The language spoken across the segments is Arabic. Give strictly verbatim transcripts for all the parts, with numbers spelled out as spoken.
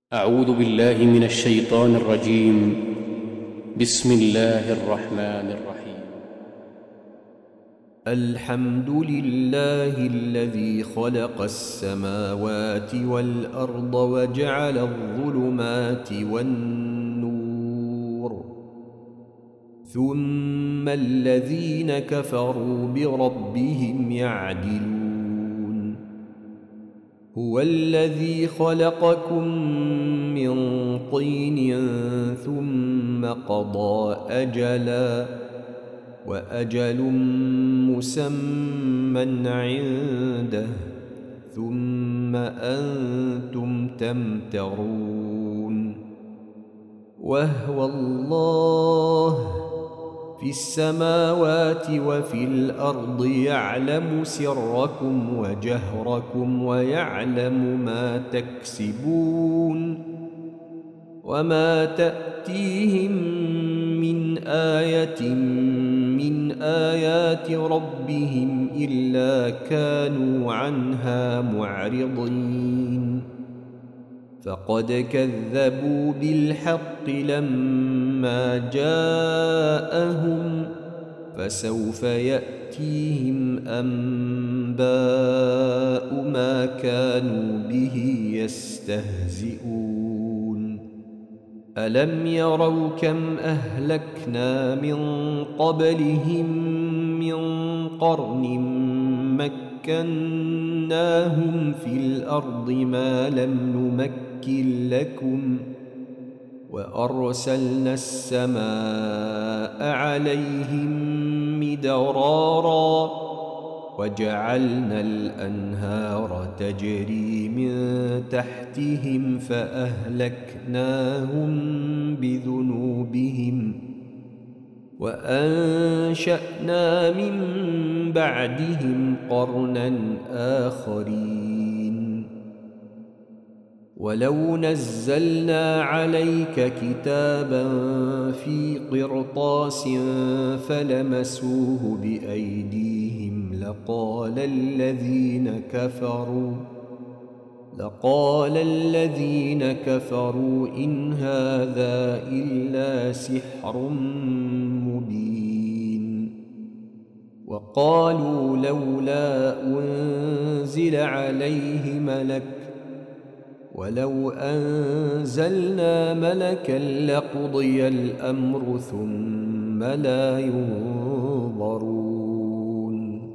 أعوذ بالله من الشيطان الرجيم. بسم الله الرحمن الرحيم. الحمد لله الذي خلق السماوات والأرض وجعل الظلمات والنور ثم الذين كفروا بربهم يعدلون. هو الذي خلقكم من طين ثم قضى أجلاً وأجل مسمى عنده ثم أنتم تمترون. وهو الله في السماوات وفي الأرض يعلم سركم وجهركم ويعلم ما تكسبون. وما تأتيهم من آية من آيات ربهم إلا كانوا عنها معرضين. فقد كذبوا بالحق لما جاءهم فسوف يأتيهم أنباء ما كانوا به يستهزئون. ألم يروا كم أهلكنا من قبلهم من قرن مكناهم في الأرض ما لم نمكن لكم وأرسلنا السماء عليهم مدرارا وجعلنا الأنهار تجري من تحتهم فأهلكناهم بذنوبهم وأنشأنا من بعدهم قرنا آخرين. ولو نزلنا عليك كتابا في قرطاس فلمسوه بأيديهم لقال الذين كفروا لقال الذين كفروا إن هذا إلا سحر مبين. وقالوا لولا أنزل عليه ملك ولو أنزلنا ملكا لقضي الأمر ثم لا ينظرون.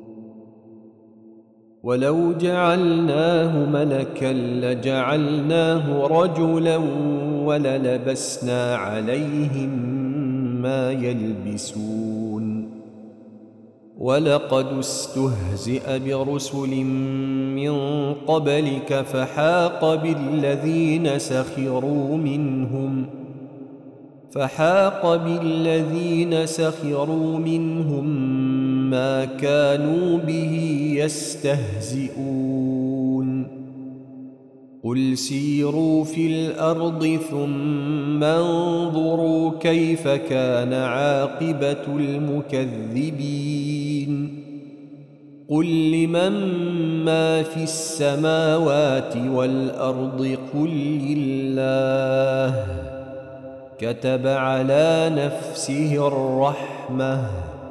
ولو جعلناه ملكا لجعلناه رجلا وللبسنا عليهم ما يلبسون. ولقد استهزئ برسل من قبلك فحاق بالذين سخروا منهم فحاق بالذين سخروا منهم ما كانوا به يستهزئون. قل سيروا في الأرض ثم انظروا كيف كان عاقبة المكذبين. قل لمن ما في السماوات والأرض قل لله كتب على نفسه الرحمة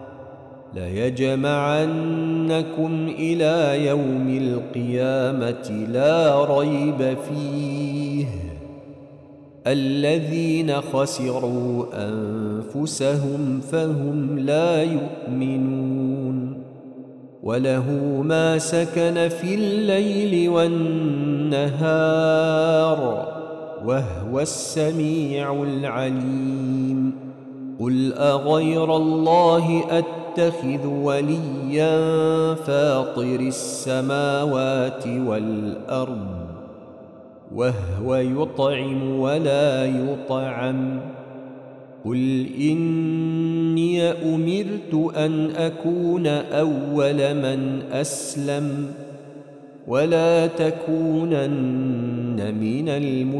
ليجمعنكم إلى يوم القيامة لا ريب فيه الذين خسروا أنفسهم فهم لا يؤمنون. وله ما سكن في الليل والنهار وهو السميع العليم. قل أغير الله أتخذ وليا فاطر السماوات والأرض وهو يطعم ولا يطعم. قل إني أمرت أن أكون أول من أسلم ولا تكونن من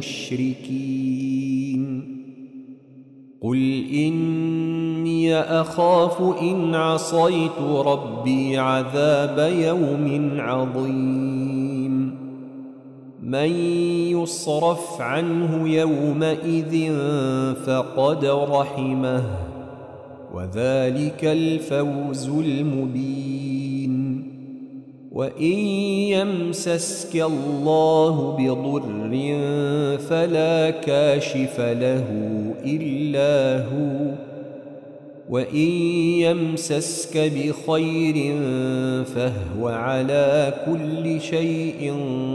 المشركين. قل إني أخاف إن عصيت ربي عذاب يوم عظيم. من يصرف عنه يومئذ فقد رحمه وذلك الفوز المبين. وإن يمسسك الله بضر فلا كاشف له إلا هو، وإن يمسسك بخير فهو على كل شيء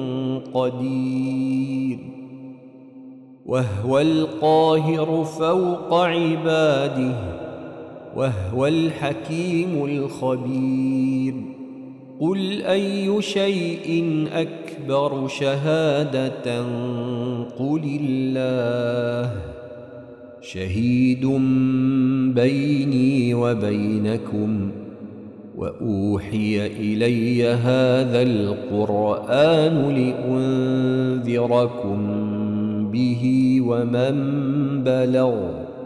قدير. وهو القاهر فوق عباده وهو الحكيم الخبير. قل أي شيء أكبر شهادة قل الله شهيد بيني وبينكم وأوحي إلي هذا القرآن لأنذركم به ومن بلغ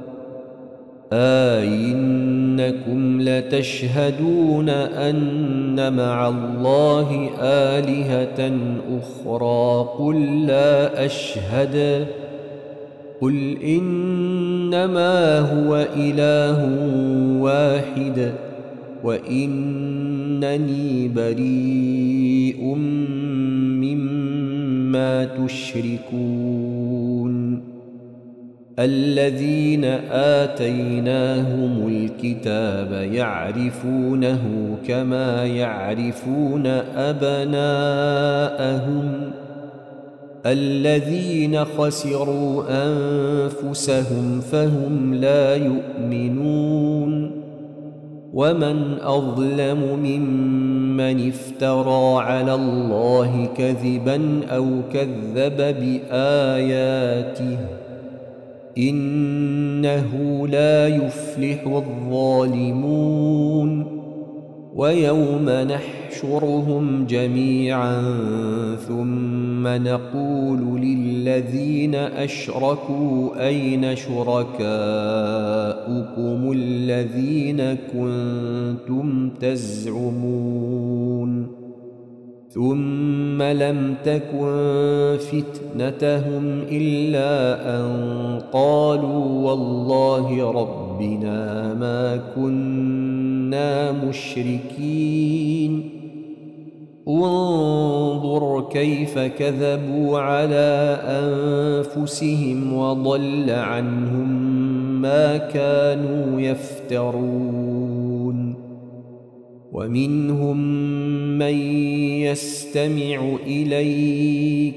أئنكم لتشهدون أن مع الله آلهة أخرى قل لا أشهد قل إنما هو إله واحد وإنني بريء مما تشركون. الذين آتيناهم الكتاب يعرفونه كما يعرفون أبناءهم الذين خسروا أنفسهم فهم لا يؤمنون. ومن أظلم ممن افترى على الله كذبا أو كذب بآياته إنه لا يفلح الظالمون. ويوم نحشرهم جميعا ثم نقول للذين أشركوا أين شركاؤكم الذين كنتم تزعمون ثم لم تكن فتنتهم إلا أن قالوا والله ربنا ما كنا مشركين. انظر كيف كذبوا على أنفسهم وضل عنهم ما كانوا يفترون. ومنهم من يستمع إليك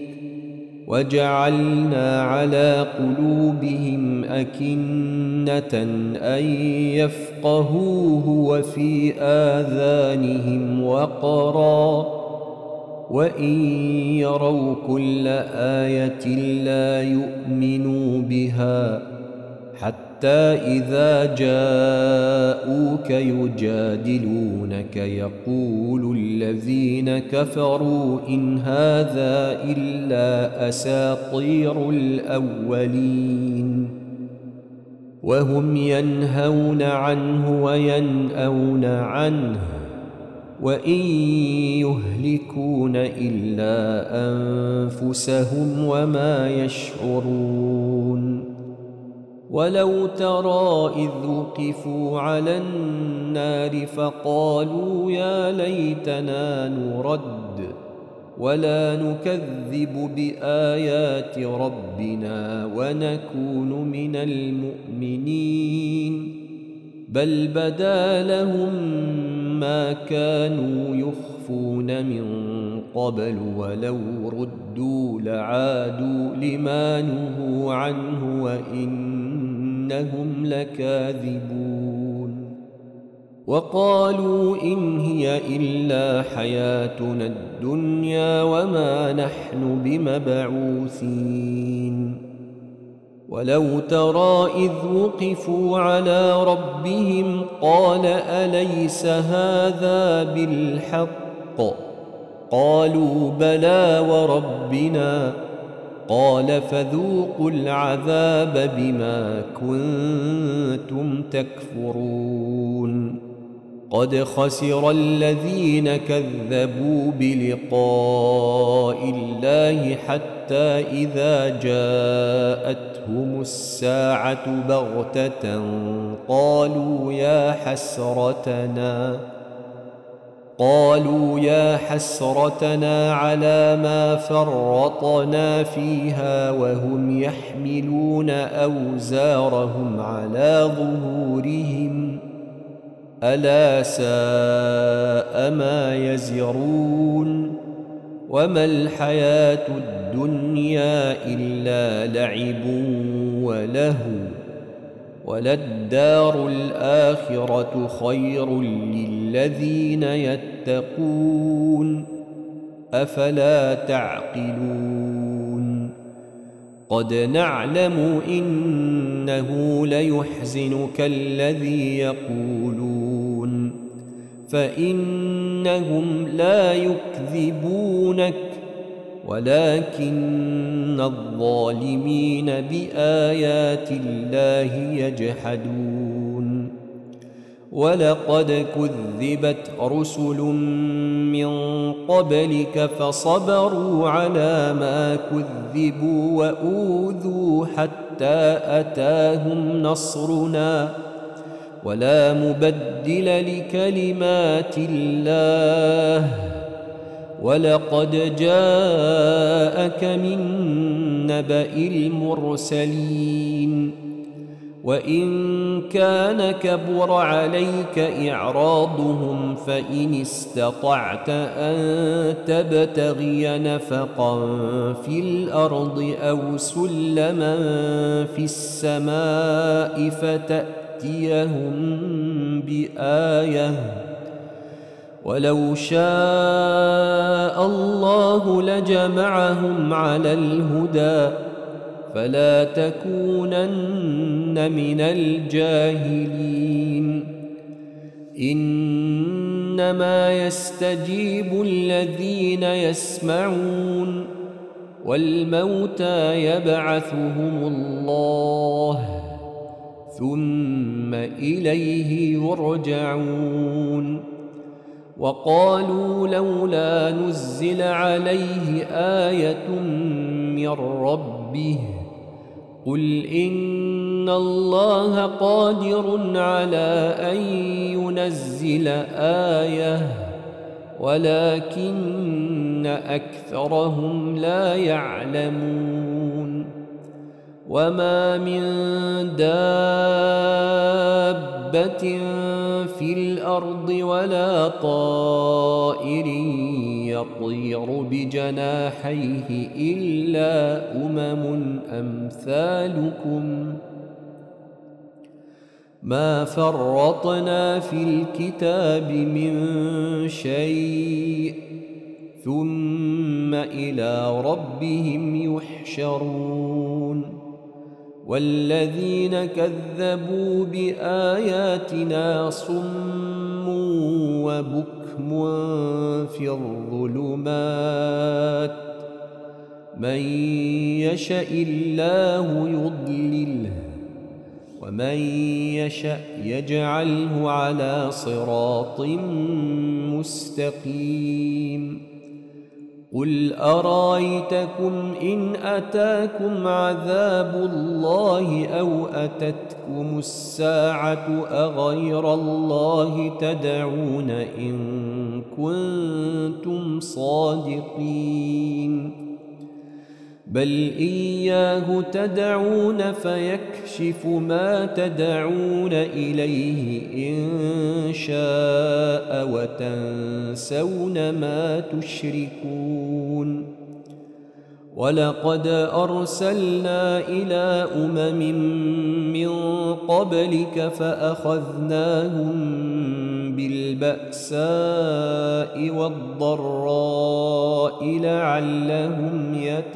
وجعلنا على قلوبهم أكنة أن يفقهوه وفي آذانهم وقرا وإن يروا كل آية لا يؤمنوا بها حتى إذا جاءوك يجادلونك يقول الذين كفروا إن هذا إلا أساطير الأولين وهم ينهون عنه وينأون عنه وإن يهلكون إلا أنفسهم وما يشعرون. ولو ترى إذ وقفوا على النار فقالوا يا ليتنا نرد ولا نكذب بآيات ربنا ونكون من المؤمنين بل بدا لهم ما كانوا يخفون من قبل ولو ردوا لعادوا لما نهوا عنه وإنهم لكاذبون. وقالوا إن هي إلا حياتنا الدنيا وما نحن بمبعوثين. ولو ترى إذ وقفوا على ربهم قال أليس هذا بالحق قالوا بلى وربنا قال فذوقوا العذاب بما كنتم تكفرون. قد خسر الذين كذبوا بلقاء الله حتى إذا جاءتهم الساعة بغتة قالوا يا حسرتنا قالوا يا حسرتنا على ما فرطنا فيها وهم يحملون أوزارهم على ظهورهم ألا ساء ما يزرون وما الحياة الدنيا إلا لعب ولهو وللدار الآخرة خير للذين يتقون أفلا تعقلون قد نعلم إنه ليحزنك الذي يقولون فإنهم لا يكذبونك ولكن الظالمين بآيات الله يجحدون ولقد كذبت رسل من قبلك فصبروا على ما كذبوا وأوذوا حتى أتاهم نصرنا ولا مبدل لكلمات الله ولقد جاءك من نبأ المرسلين وإن كان كبر عليك إعراضهم فإن استطعت أن تبتغي نفقا في الأرض أو سلما في السماء فتأتيهم بآية ولو شاء الله لجمعهم على الهدى فلا تكونن من الجاهلين إنما يستجيب الذين يسمعون والموتى يبعثهم الله ثم إليه يرجعون وقالوا لولا نزل عليه آية من ربه قل إن الله قادر على أن ينزل آية ولكن أكثرهم لا يعلمون وما من دابة في الأرض ولا طائر يطير بجناحيه إلا أمم أمثالكم ما فرطنا في الكتاب من شيء ثم إلى ربهم يحشرون والذين كذبوا بآياتنا صم وبكم في الظلمات من يشاء الله يضلله ومن يشاء يجعله على صراط مستقيم قل أرأيتكم إن أتاكم عذاب الله أو أتتكم الساعة أغير الله تدعون إن كنتم صادقين بل إياه تدعون فيكشف ما تدعون إليه إن شاء وتنسون ما تشركون ولقد أرسلنا إلى أمم من قبلك فأخذناهم بالبأساء والضراء لعلهم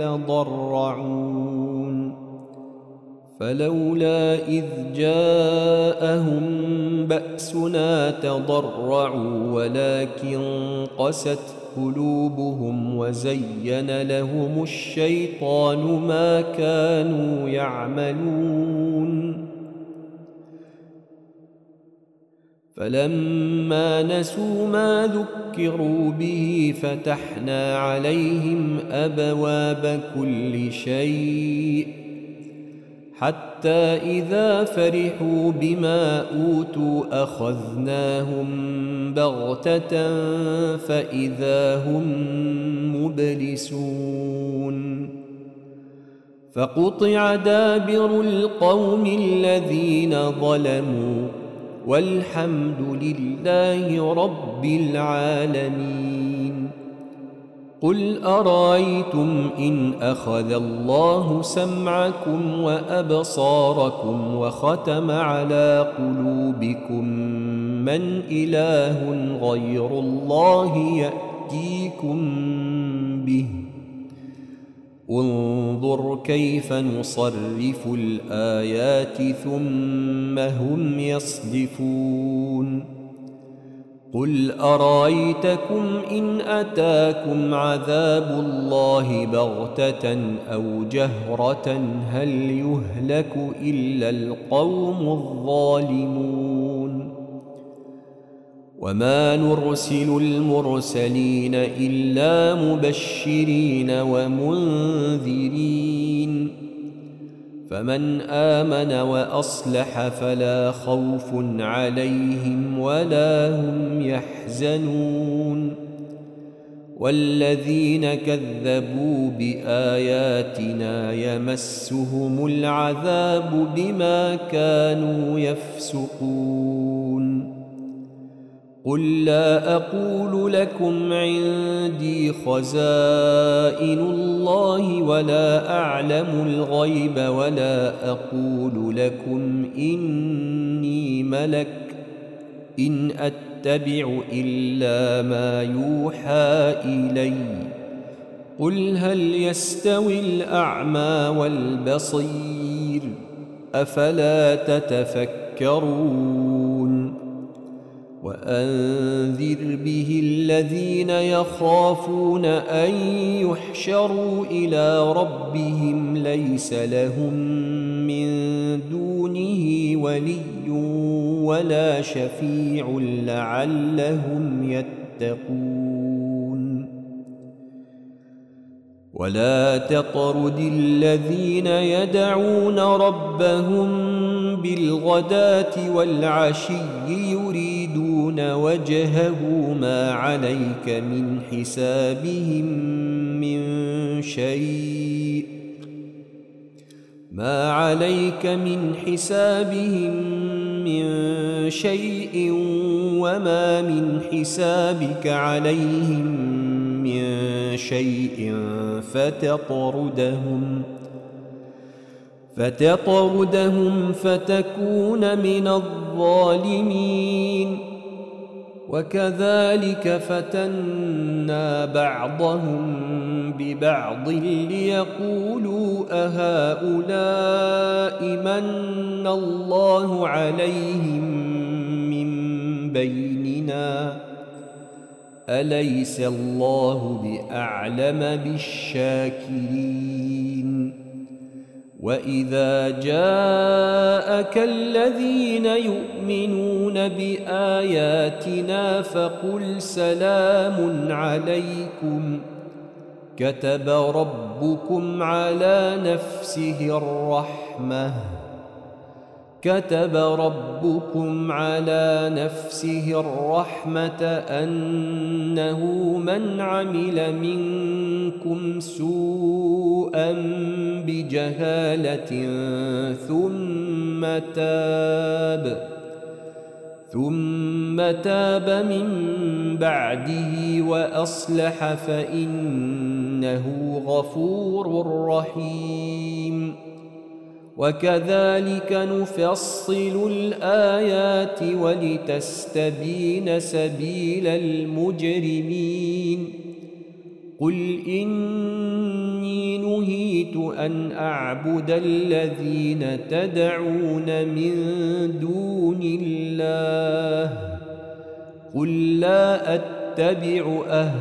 يتضرعون فلولا إذ جاءهم بأسنا تضرعوا ولكن قست قلوبهم وزين لهم الشيطان ما كانوا يعملون فلما نسوا ما ذكروا به فتحنا عليهم أبواب كل شيء حتى إذا فرحوا بما أوتوا أخذناهم بغتة فإذا هم مبلسون فقطع دابر القوم الذين ظلموا والحمد لله رب العالمين. قل أرأيتم إن أخذ الله سمعكم وأبصاركم وختم على قلوبكم من إله غير الله يأتيكم به انظر كيف نصرف الآيات ثم هم يصدفون. قل أرأيتكم إن أتاكم عذاب الله بغتة أو جهرة هل يهلك إلا القوم الظالمون. وما نرسل المرسلين إلا مبشرين ومنذرين فمن آمن وأصلح فلا خوف عليهم ولا هم يحزنون. والذين كذبوا بآياتنا يمسهم العذاب بما كانوا يفسقون. قل لا أقول لكم عندي خزائن الله ولا أعلم الغيب ولا أقول لكم إني ملك إن أتبع إلا ما يوحى إلي. قل هل يستوي الأعمى والبصير أفلا تتفكرون. وأنذر به الذين يخافون أن يحشروا إلى ربهم ليس لهم من دونه ولي ولا شفيع لعلهم يتقون. ولا تطرد الذين يدعون ربهم بالغداة والعشي يريدون وجهه ما عليك من حسابهم من شيء ما عليك من حسابهم من شيء وما من حسابك عليهم من شيء فتطردهم فتطردهم فتكون من الظالمين. وكذلك فتنا بعضهم ببعض ليقولوا أهؤلاء من الله عليهم من بيننا أليس الله بأعلم بالشاكرين. وإذا جاءك الذين يؤمنون بآياتنا فقل سلام عليكم كتب ربكم على نفسه الرحمة كتب ربكم على نفسه الرحمة أنه من عمل منكم سوءا بجهالة ثم تاب ثم تاب من بعده وأصلح فإنه غفور رحيم. وكذلك نفصل الآيات ولتستبين سبيل المجرمين. قل إني نهيت أن أعبد الذين تدعون من دون الله قل لا أتبع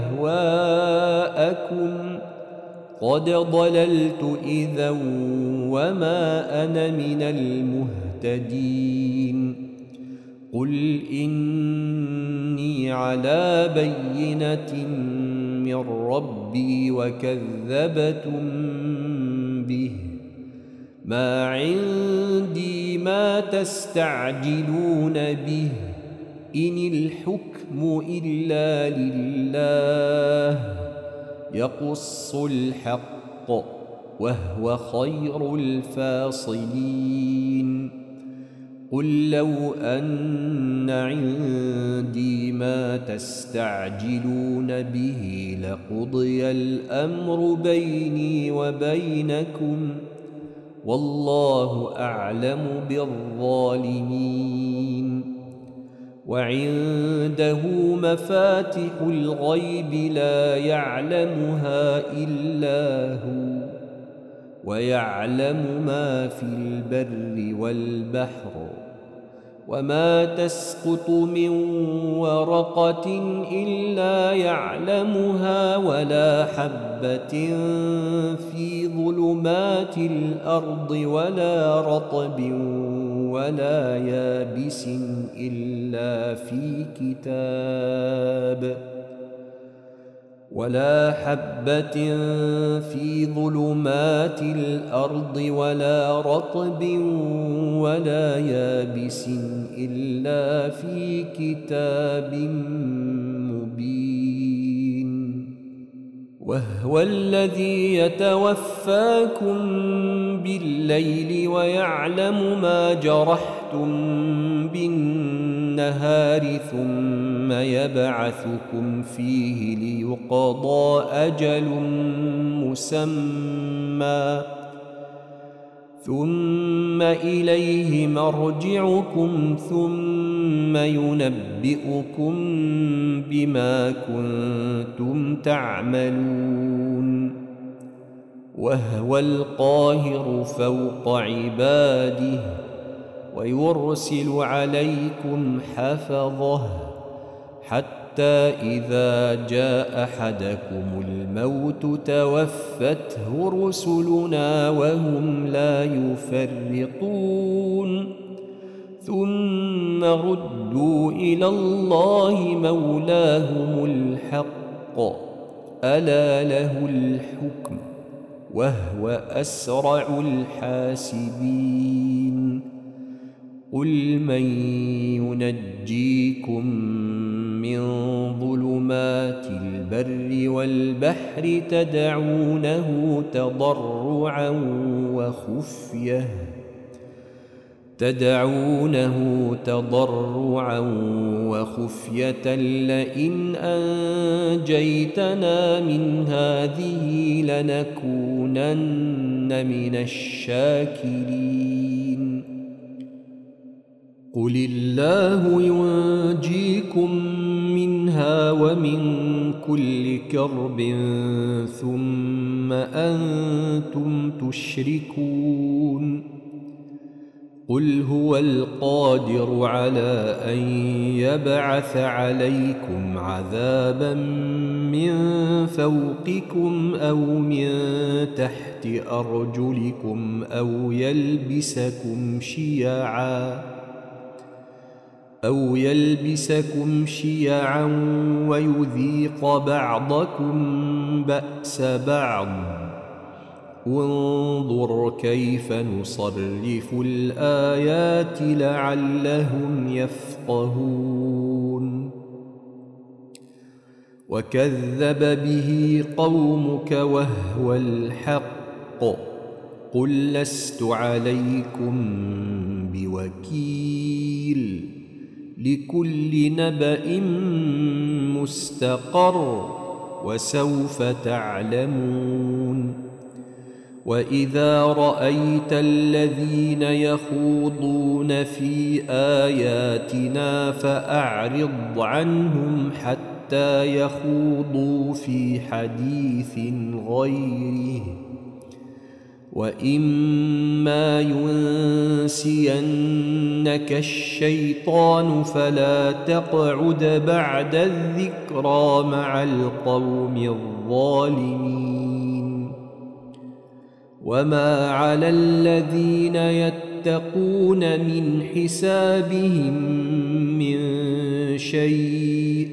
أهواءكم قد ضللت إذا وما أنا من المهتدين. قل إني على بينة من ربي وكذبتم به، ما عندي ما تستعجلون به، إن الحكم إلا لله يقص الحق وهو خير الفاصلين. قل لو أن عندي ما تستعجلون به لقضي الأمر بيني وبينكم والله أعلم بالظالمين. وعنده مفاتح الغيب لا يعلمها إلا هو، ويعلم ما في البر والبحر، وما تسقط من ورقة إلا يعلمها، ولا حبة في ظلمات الأرض ولا رطب ولا يابس إلا في كتاب ولا حبة في ظلمات الأرض ولا رطب ولا يابس إلا في كتاب مبين. وهو الذي يتوفاكم بالليل ويعلم ما جرحتم بالنهار ثم يبعثكم فيه ليقضى أجل مسمى ثم إليه مرجعكم ثم ينبئكم بما كنتم تعملون. وهو القاهر فوق عباده ويرسل عليكم حفظه حتى إذا جاء أحدكم الموت توفته رسلنا وهم لا يفرطون، ثم ردوا إلى الله مولاهم الحق ألا له الحكم وهو أسرع الحاسبين. قل من ينجيكم من ظلمات البر والبحر تدعونه تضرعا وخفية تدعونه تضرعا وخفية لئن أنجيتنا من هذه لنكونن من الشاكرين. قل الله ينجيكم منها ومن كل كرب ثم أنتم تشركون. قل هو القادر على أن يبعث عليكم عذابا من فوقكم أو من تحت أرجلكم أو يلبسكم شيعا أو يلبسكم شيعا ويذيق بعضكم بأس بعض. انظر كيف نصرف الآيات لعلهم يفقهون. وكذب به قومك وهو الحق قل لست عليكم بوكيل لكل نبأ مستقر وسوف تعلمون. وإذا رأيت الذين يخوضون في آياتنا فأعرض عنهم حتى يخوضوا في حديث غيره، وإما ينسينك الشيطان فلا تقعد بعد الذكرى مع القوم الظالمين. وما على الذين يتقون من حسابهم شيء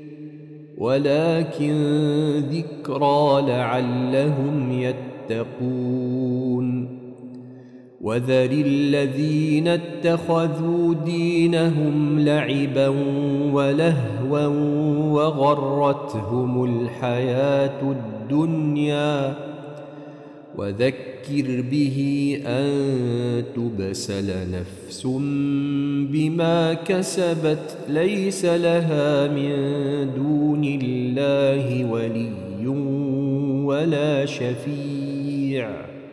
ولكن ذكرى لعلهم يتقون وذر الذين اتخذوا دينهم لعبا ولهوا وغرتهم الحياة الدنيا وذكر به أن تبسل نفس بما كسبت ليس لها من دون الله ولي ولا شفيع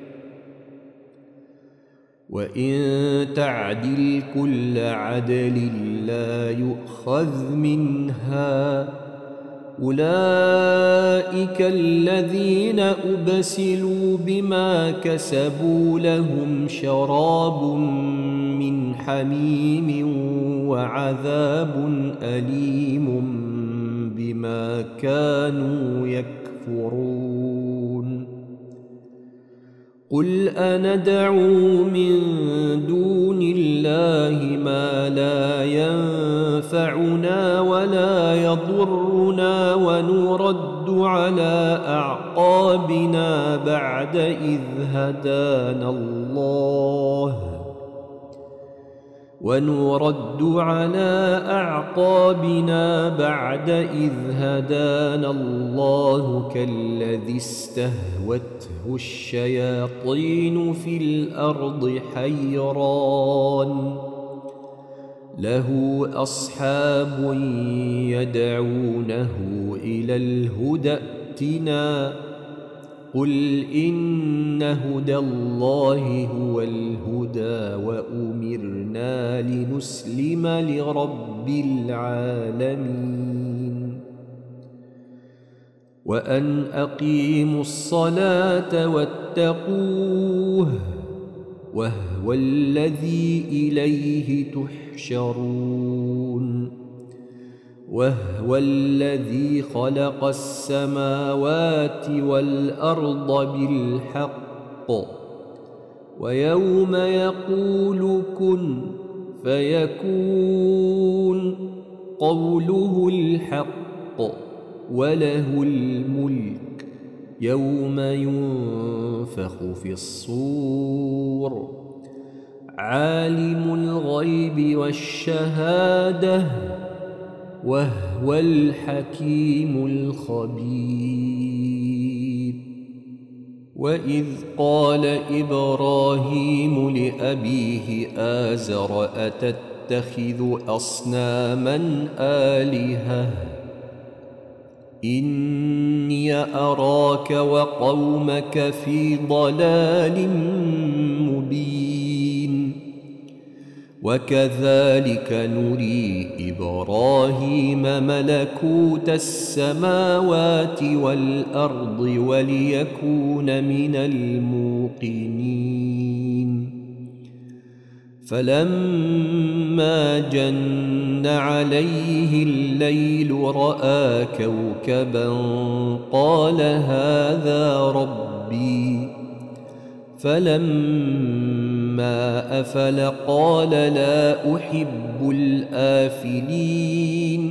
وإن تعدل كل عدل لا يؤخذ منها أولئك الذين أبسلوا بما كسبوا لهم شراب من حميم وعذاب أليم بما كانوا يكفرون قل أندعو من دون الله ما لا ينفعنا ولا يضرنا ونرد على أعقابنا بعد إذ هدانا الله ونرد على أعقابنا بعد إذ هدانا الله كالذي استهوته الشياطين في الأرض حيران له أصحاب يدعونه إلى الهدى ائتنا قل إن هدى الله هو الهدى وأمرنا لنسلم لرب العالمين وأن أقيموا الصلاة واتقوه وهو الذي إليه تحشرون وهو الذي خلق السماوات والأرض بالحق ويوم يقول كن فيكون قوله الحق وله الملك يوم ينفخ في الصور عالم الغيب والشهادة وهو الحكيم الخبير وإذ قال إبراهيم لأبيه آزر أتتخذ أصناما آلهة إني أراك وقومك في ضلال مبين وكذلك نري إبراهيم ملكوت السماوات والأرض وليكون من الموقنين فلما جن عليه الليل رأى كوكبا قال هذا ربي فلما أفل قال لا أحب الآفلين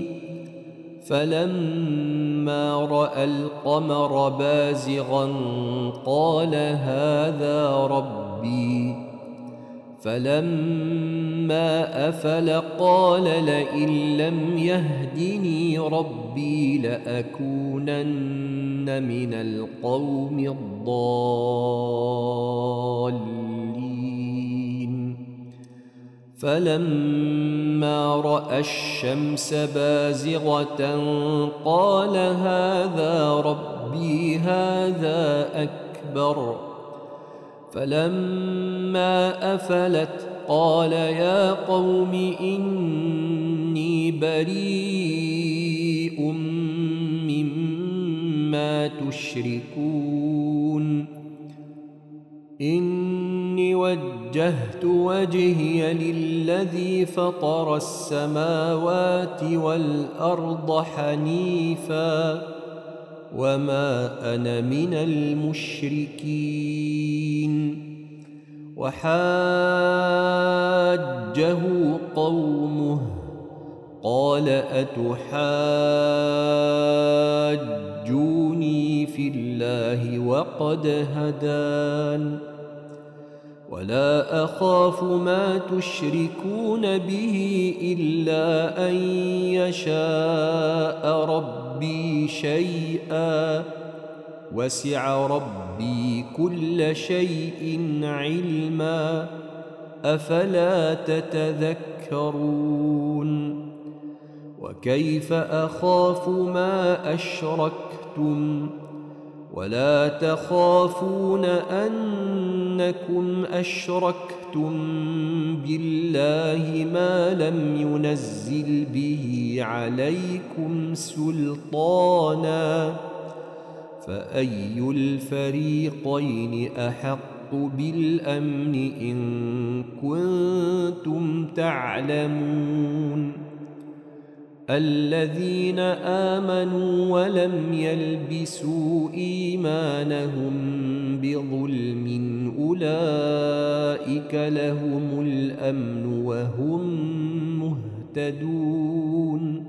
فلما رأى القمر بازغا قال هذا ربي فلما أفل قال لئن لم يهدني ربي لأكونن من القوم الضالين فلما رأى الشمس بازغة قال هذا ربي هذا أكبر فلما أفلت قال يا قوم إني بريء مما تشركون إني وجهت وجهي للذي فطر السماوات والأرض حنيفا وما أنا من المشركين وحاجه قومه قال أتحاجوني في الله وقد هدان ولا أخاف ما تشركون به إلا أن يشاء ربي شيئا وسع ربي كل شيء علما أفلا تتذكرون وكيف أخاف ما أشركتم ولا تخافون أنكم أشركتم بالله ما لم ينزل به عليكم سلطانا فأي الفريقين أحق بالأمن إن كنتم تعلمون الذين آمنوا ولم يلبسوا إيمانهم بظلم أولئك لهم الأمن وهم مهتدون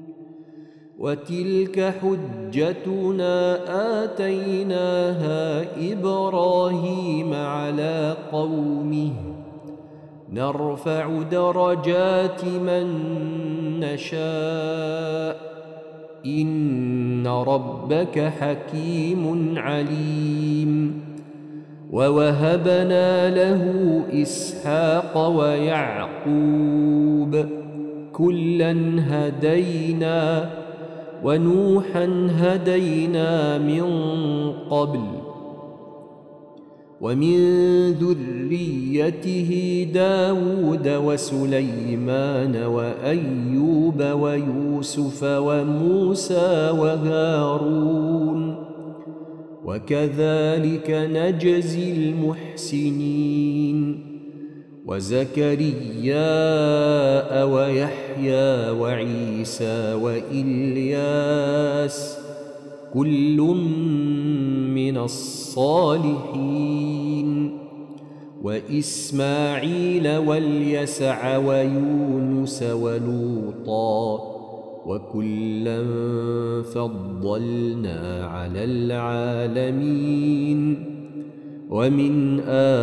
وتلك حجتنا آتيناها إبراهيم على قومه نرفع درجات من نشاء إن ربك حكيم عليم ووهبنا له إسحاق ويعقوب كلا هدينا ونوحا هدينا من قبل ومن ذريته داود وسليمان وأيوب ويوسف وموسى وهارون وكذلك نجزي المحسنين وزكريا ويحيى وعيسى وإلياس كل من الصالحين وإسماعيل واليسع ويونس ولوطا وكلا فضلنا على العالمين ومن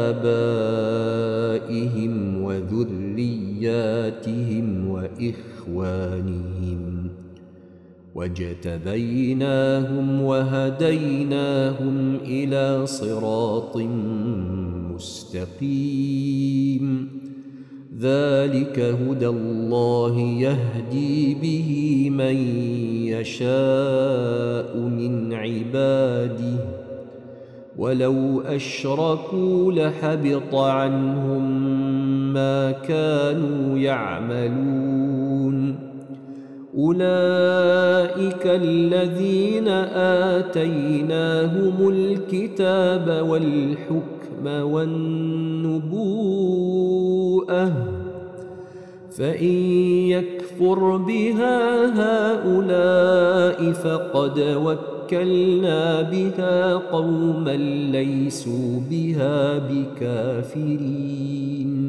آبائهم وذرياتهم وإخوانهم واجتبيناهم وهديناهم إلى صراط مستقيم ذلك هدى الله يهدي به من يشاء من عباده ولو أشركوا لحبط عنهم ما كانوا يعملون أولئك الذين آتيناهم الكتاب والحكم والنبوءة فإن يكفر بها هؤلاء فقد وكلنا بها قوما ليسوا بها بكافرين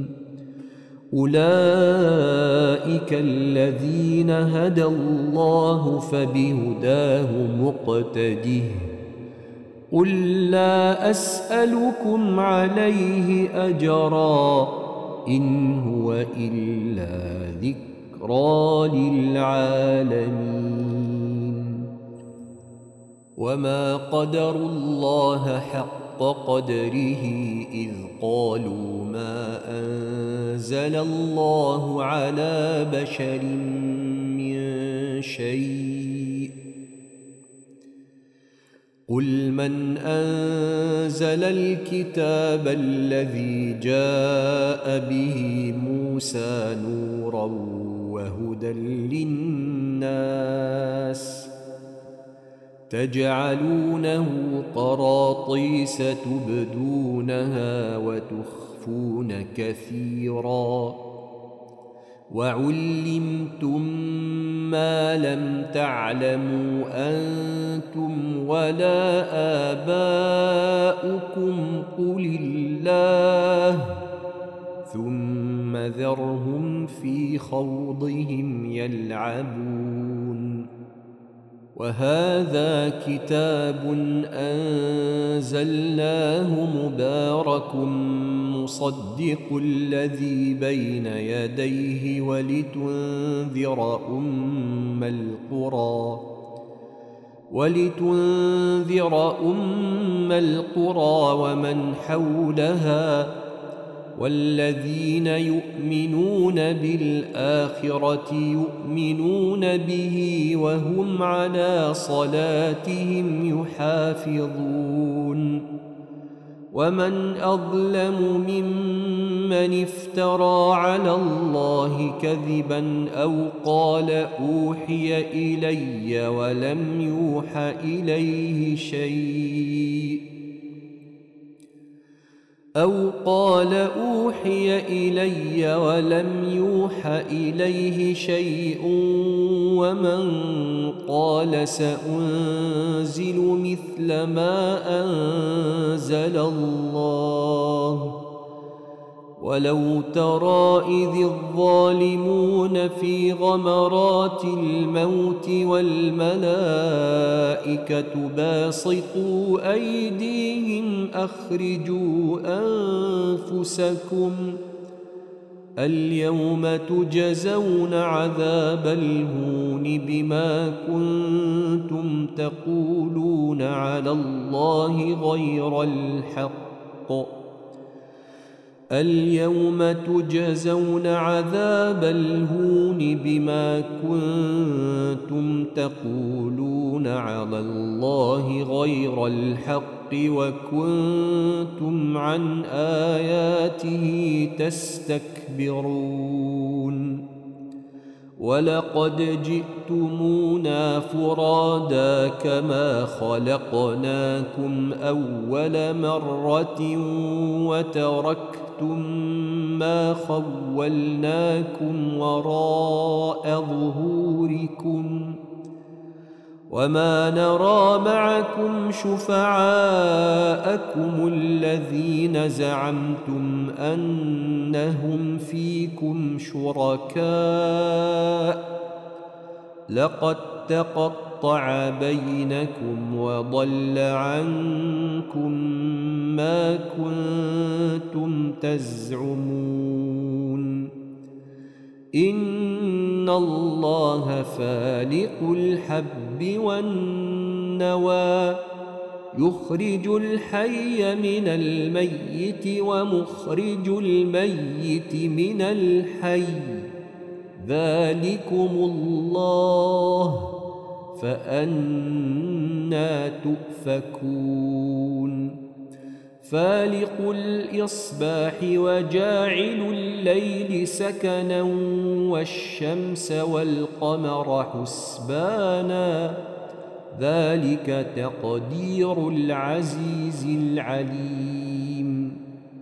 أولئك الذين هدى الله فبهداه مقتده قل لا أسألكم عليه أجرا إن هو إلا ذكرى للعالمين وما قدروا الله حق قدره إذ قالوا ما أنزل الله على بشر من شيء قل من أنزل الكتاب الذي جاء به موسى نورا وهدى للناس تجعلونه قراطيس تبدونها وتخفون كثيرا وعلمتم ما لم تعلموا أنتم ولا آباؤكم قل الله ثم ثم ذرهم في خوضهم يلعبون. وهذا كتاب أنزلناه مبارك مصدق الذي بين يديه ولتنذر أم القرى ولتنذر أم القرى ومن حولها والذين يؤمنون بالآخرة يؤمنون به وهم على صلاتهم يحافظون. ومن أظلم ممن افترى على الله كذبا أو قال أوحي إلي ولم يوح إليه شيء أو قال أوحي إلي ولم يوح إليه شيء ومن قال سأنزل مثل ما أنزل الله. ولو ترى إذ الظالمون في غمرات الموت والملائكة باسطوا أيديهم أخرجوا أنفسكم اليوم تجزون عذاب الهون بما كنتم تقولون على الله غير الحق اليوم تجزون عذاب الهون بما كنتم تقولون على الله غير الحق وكنتم عن آياته تستكبرون. ولقد جئتمونا فرادا كما خلقناكم أول مرة وتركتم ما خولناكم وراء ظهوركم وما نرى معكم شفعاءكم الذين زعمتم أنهم فيكم شركاء لقد تقطع بينكم وضل عنكم ما كنتم تزعمون. إن الله فالق الحب والنوى يخرج الحي من الميت ومخرج الميت من الحي ذلكم الله فأنى تؤفكون. فالق الإصباح وجاعل الليل سكنا والشمس والقمر حسبانا ذلك تقدير العزيز العليم.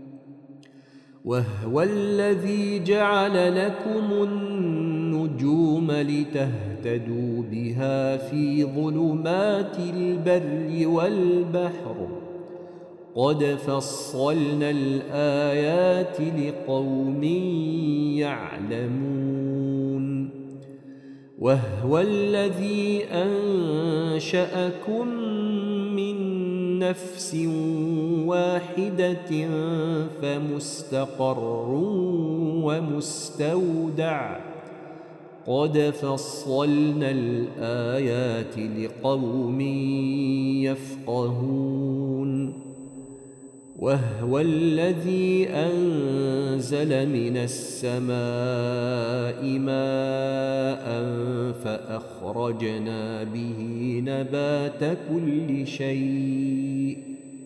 وهو الذي جعل لكم النجوم لتهتدوا بها في ظلمات البر والبحر قد فصلنا الآيات لقوم يعلمون. وهو الذي أنشأكم من نفس واحدة فمستقر ومستودع قد فصلنا الآيات لقوم يفقهون. وهو الذي أنزل من السماء ماء فأخرجنا به نبات كل شيء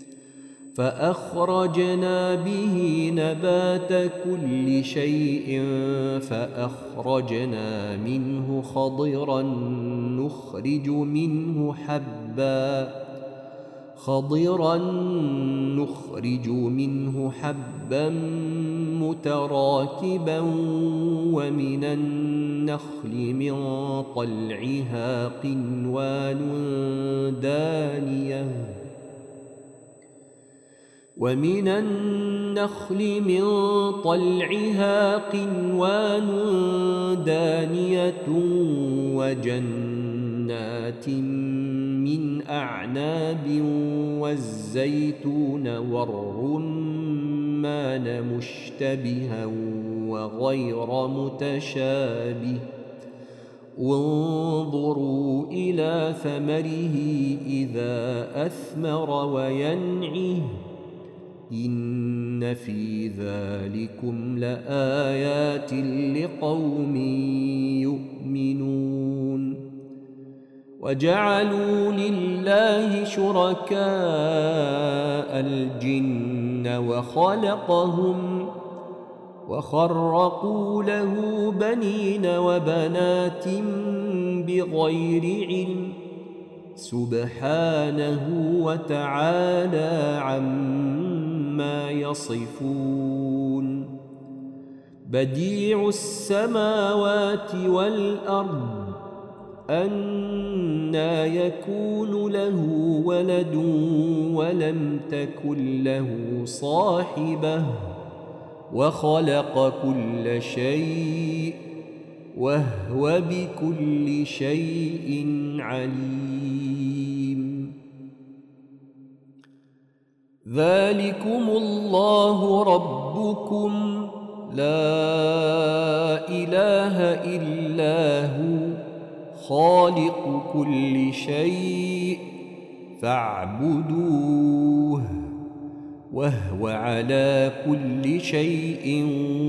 فأخرجنا به نبات كل شيء فأخرجنا منه خضرا نخرج منه حبا خضرا نخرج منه حبا متراكبا ومن النخل من طلعها قنوان دانية ومن النخل من طلعها قنوان دانية وجنات من أعناب والزيتون والرمان مشتبها وغير متشابه انظروا إلى ثمره إذا أثمر وينعه إن في ذلكم لآيات لقوم يؤمنون وجعلوا لله شركاء الجن وخلقهم وخرقوا له بنين وبنات بغير علم سبحانه وتعالى عما يصفون بديع السماوات والأرض أنى يكون له ولد ولم تكن له صاحبة وخلق كل شيء وهو بكل شيء عليم ذلكم الله ربكم لا إله إلا هو خالق كل شيء فاعبدوه وهو على كل شيء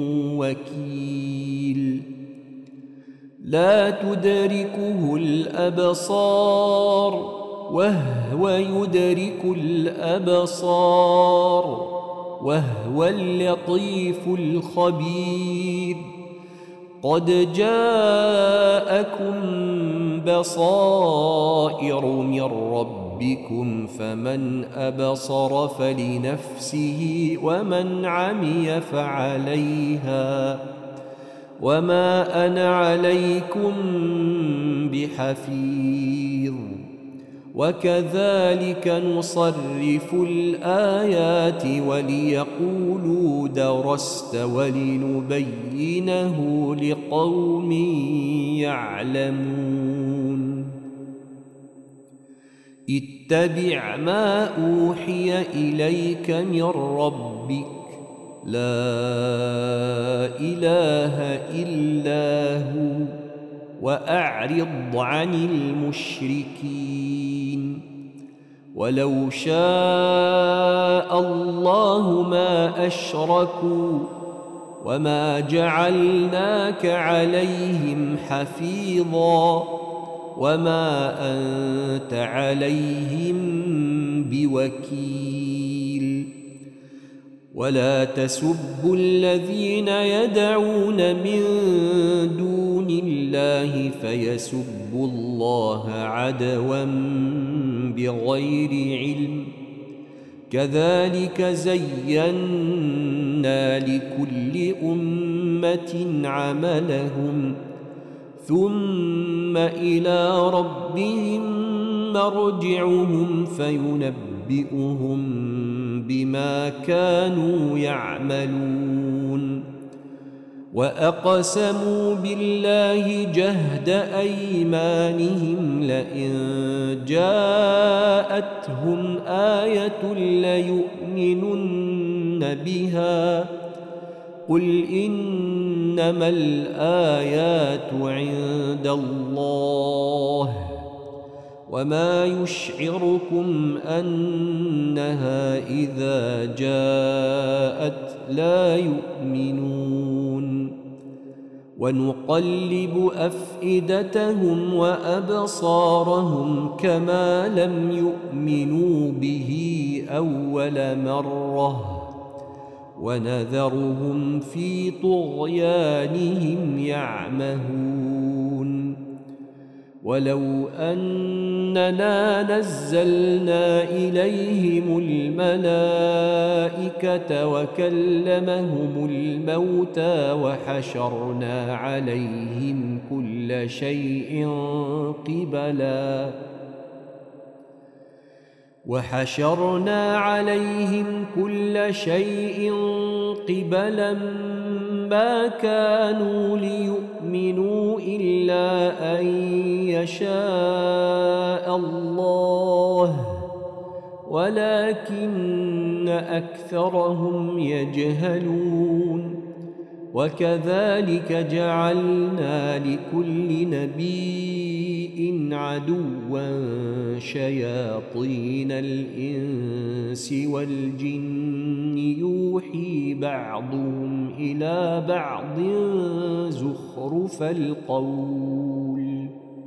وكيل لا تدركه الأبصار وهو يدرك الأبصار وهو اللطيف الخبير قد جاءكم بصائر من ربكم فمن أبصر فلنفسه ومن عمي فعليها وما أنا عليكم بحفيظ وكذلك نصرف الآيات وليقولوا درست ولنبينه لقوم يعلمون اتبع ما أوحي إليك من ربك لا إله إلا هو وأعرض عن المشركين ولو شاء الله ما أشركوا وما جعلناك عليهم حفيظا وما أنت عليهم بوكيل ولا تسبوا الذين يدعون من دون الله فيسبوا الله عدوا بغير علم كذلك زينا لكل أمة عملهم ثم إلى ربهم مرجعهم فينبئهم بما كانوا يعملون وأقسموا بالله جهد أيمانهم لئن جاءتهم آية ليؤمنن بها قل إنما الآيات عند الله وما يشعركم أنها إذا جاءت لا يؤمنون ونقلب أفئدتهم وأبصارهم كما لم يؤمنوا به أول مرة ونذرهم في طغيانهم يعمهون ولو أننا نزلنا إليهم الملائكة وكلمهم الموتى وحشرنا عليهم كل شيء قبلا وحشرنا عليهم كل شيء قبلا ما كانوا ليؤمنوا إلا أن يشاء الله ولكن أكثرهم يجهلون. وكذلك جعلنا لكل نبي عدوا شياطين الإنس والجن يوحي بعضهم إلى بعض زخرف القول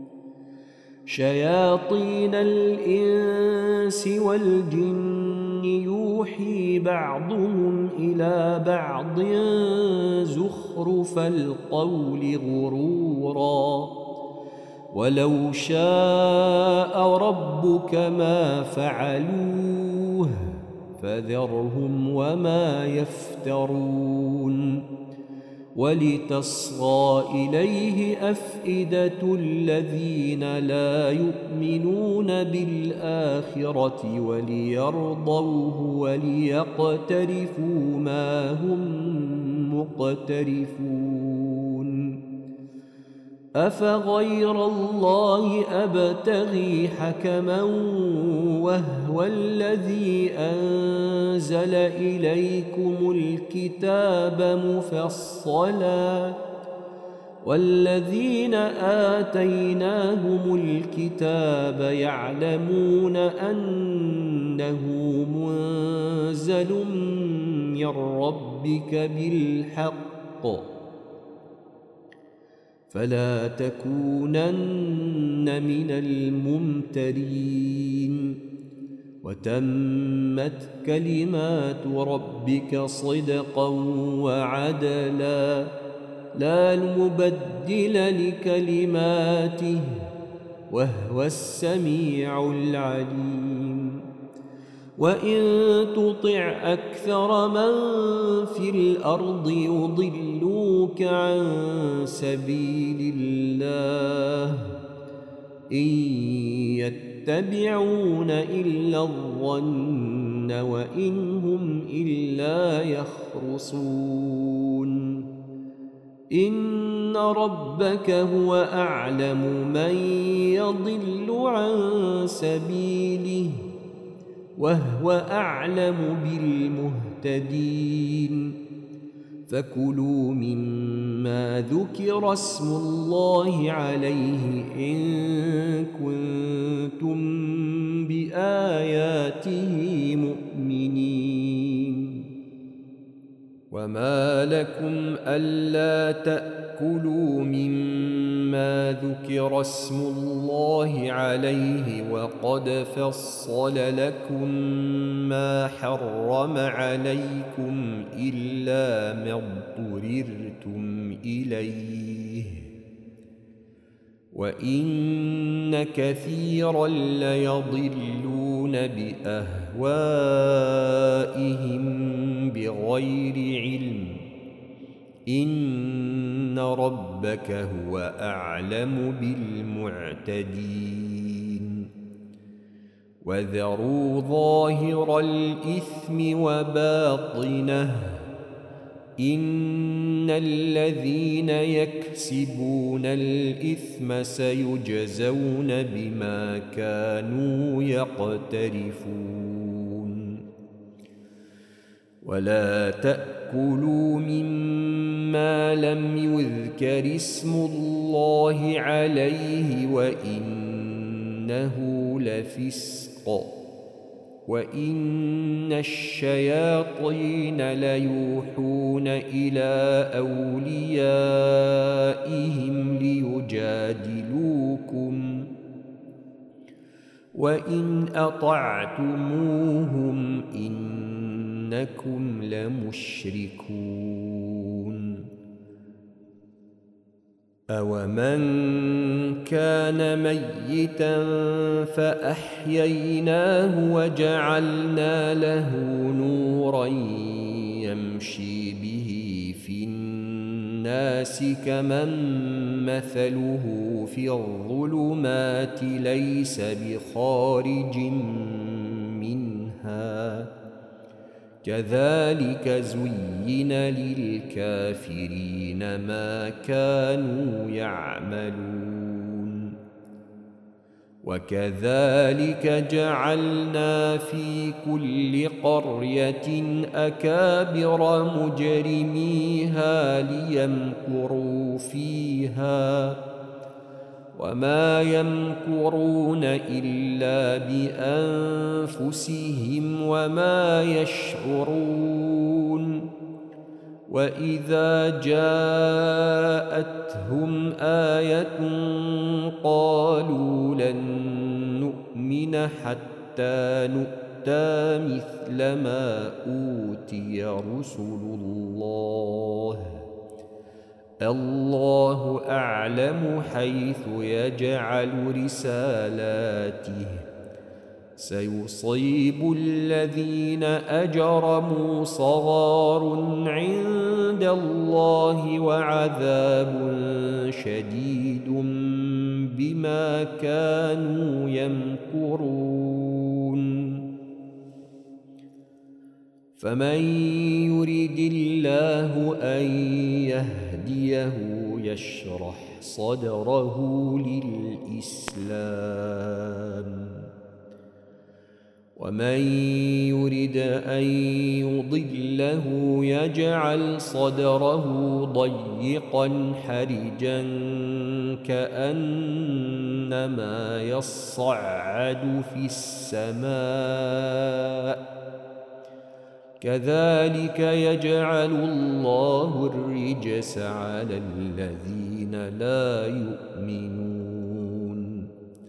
شياطين الإنس والجن يوحي بعضهم إلى بعض زخرف القول غرورا ولو شاء ربك ما فعلوه فذرهم وما يفترون. ولتصغى إليه أفئدة الذين لا يؤمنون بالآخرة وليرضوه وليقترفوا ما هم مقترفون. أفغير الله أبتغي حكما وهو الذي أنزل إليكم الكتاب مفصلا والذين آتيناهم الكتاب يعلمون أنه منزل من ربك بالحق فلا تكونن من الممترين. وتمت كلمات ربك صدقا وعدلا لا مبدل لكلماته وهو السميع العليم. وإن تطع أكثر من في الأرض يضلوك عن سبيل الله إن يتبعون إلا الظن وإن هم إلا يخرصون. إن ربك هو أعلم من يضل عن سبيله وهو أعلم بالمهتدين. فكلوا مما ذكر اسم الله عليه إن كنتم بآياته مؤمنين. وما لكم ألا تأكلوا مما ذكر اسم الله عليه وقد فصل لكم ما حرم عليكم إلا ما اضطررتم إليه وإن كثيرا ليضلون بأهوائهم بغير علم إن ربك هو أعلم بالمعتدين. وذروا ظاهر الإثم وباطنه إن الذين يكسبون الإثم سيجزون بما كانوا يقترفون. ولا تأكلوا مما لم يذكر اسم الله عليه وإنه لفسق وإن الشياطين ليوحون إلى أوليائهم ليجادلوكم وإن أطعتموهم إنكم لمشركون. أومن كان ميتا فأحييناه وجعلنا له نورا يمشي به في الناس كمن مثله في الظلمات ليس بخارج منها كذلك زين للكافرين ما كانوا يعملون وكذلك جعلنا في كل قرية أكابر مجرميها ليمكروا فيها وما يمكرون إلا بأنفسهم وما يشعرون وإذا جاءتهم آية قالوا لن نؤمن حتى نؤتى مثل ما أوتي رسل الله الله أعلم حيث يجعل رسالاته سيصيب الذين أجرموا صغار عند الله وعذاب شديد بما كانوا يمكرون فمن يرد الله أن يهديه يشرح صدره للإسلام ومن يرد أن يضله يجعل صدره ضيقا حرجا كأنما يصعد في السماء كذلك يجعل الله الرجس على الذين لا يؤمنون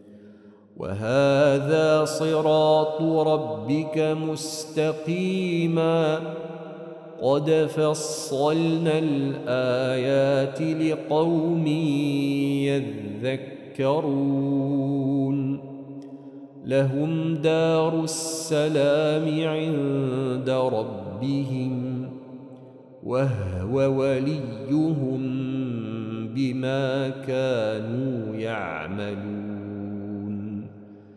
وهذا صراط ربك مستقيما قد فصلنا الآيات لقوم يذكرون لهم دار السلام عند ربهم وهو وليهم بما كانوا يعملون